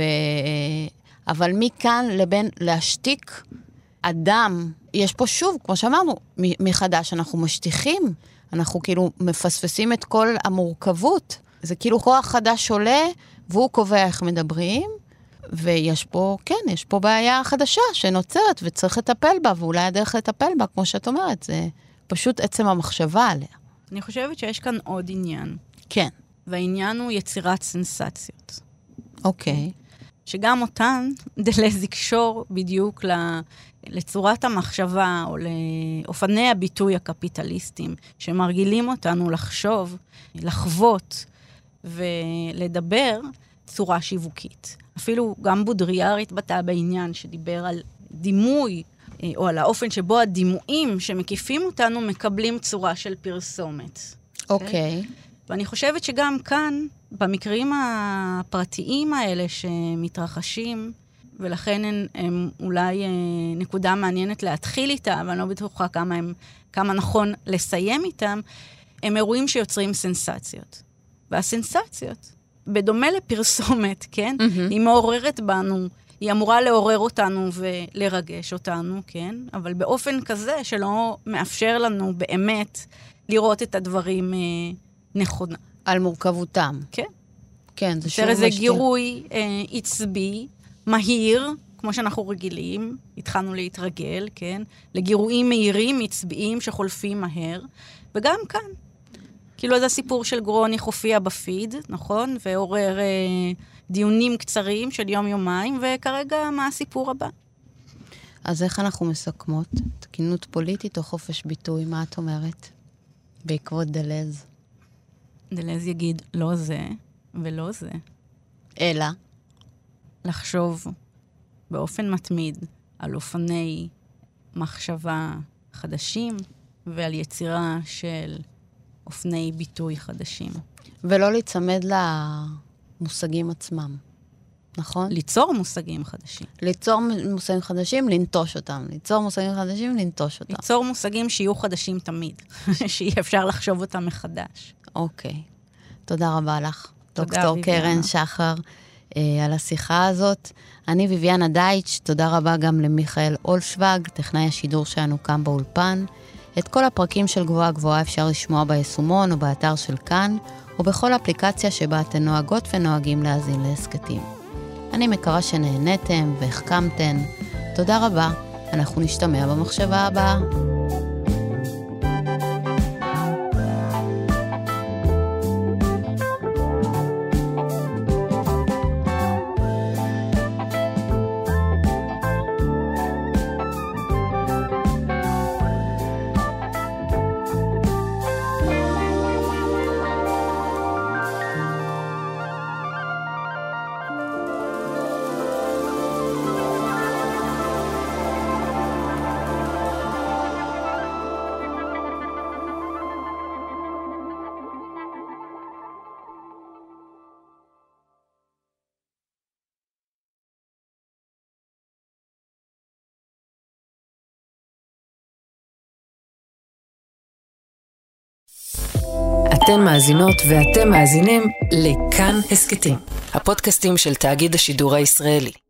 אבל מכאן לבין להשתיק אדם, יש פה שוב, כמו שאמרנו, מחדש אנחנו משתיכים, אנחנו כאילו מפספסים את כל המורכבות. זה כאילו כוח חדש עולה, והוא קובע איך מדברים, ויש פה, כן, יש פה בעיה חדשה שנוצרת, וצריך לטפל בה, ואולי הדרך לטפל בה, כמו שאת אומרת, זה פשוט עצם המחשבה עליה. אני חושבת שיש כאן עוד עניין. כן. והעניין הוא יצירת סנסציות. אוקיי. שגם אותן דלז יקשור בדיוק לצורת המחשבה, או לאופני הביטוי הקפיטליסטיים, שמרגילים אותנו לחשוב, לחוות, ולדבר צורה שיווקית. אפילו גם בודריאר התבטא בעניין שדיבר על דימוי, או על האופן שבו הדימויים שמקיפים אותנו מקבלים צורה של פרסומת. אוקיי. Okay. ואני חושבת שגם כאן, במקרים הפרטיים האלה שמתרחשים, ולכן הם, הם אולי נקודה מעניינת להתחיל איתה, אבל אני לא בטוחה כמה, הם, כמה נכון לסיים איתם, הם אירועים שיוצרים סנסציות. והסנסציות, בדומה לפרסומת, כן? Mm-hmm. היא מעוררת בנו, היא אמורה לעורר אותנו ולרגש אותנו, כן? אבל באופן כזה שלא מאפשר לנו באמת לראות את הדברים אה, נכונה. על מורכבותם. כן. כן, זה שוב משתיר. איזה גירוי אה, עצבי, מהיר, כמו שאנחנו רגילים, התחלנו להתרגל, כן? לגירויים מהירים, עצביים, שחולפים מהר. וגם כאן. כאילו זה הסיפור של גרוניך הופיע בפיד, נכון? ועורר אה, דיונים קצרים של יום-יומיים, וכרגע מה הסיפור הבא? אז איך אנחנו מסכמות? תקינות פוליטית או חופש ביטוי? מה את אומרת? בעקבות דלז. דלז יגיד לא זה ולא זה. אלא? לחשוב באופן מתמיד על אופני מחשבה חדשים, ועל יצירה של אופני ביטוי חדשים. ולא להצמד למושגים עצמם, נכון? ליצור מושגים חדשים. ליצור מושגים חדשים, לנטוש אותם. ליצור מושגים חדשים, לנטוש אותם. ליצור מושגים שיהיו חדשים תמיד, שיהיה אפשר לחשוב אותם מחדש. אוקיי. תודה רבה לך, תודה, דוקטור ויביאנה. קרן שחר, אה, על השיחה הזאת. אני ויביאנה דייטש, תודה רבה גם למיכאל אולשוואג, טכנאי השידור שלנו כאן באולפן. את כל הפרקים של גבוהה גבוהה אפשר לשמוע ביישומון או באתר של כאן, או בכל אפליקציה שבה אתן נוהגות ונוהגים להאזין להסכתים. אני מקווה שנהנתם והחכמתן. תודה רבה, אנחנו נשתמע במחשבה הבאה. אתן מאזינות ואתם מאזינים לכאן הסכתים, הפודקאסטים של תאגיד השידור הישראלי.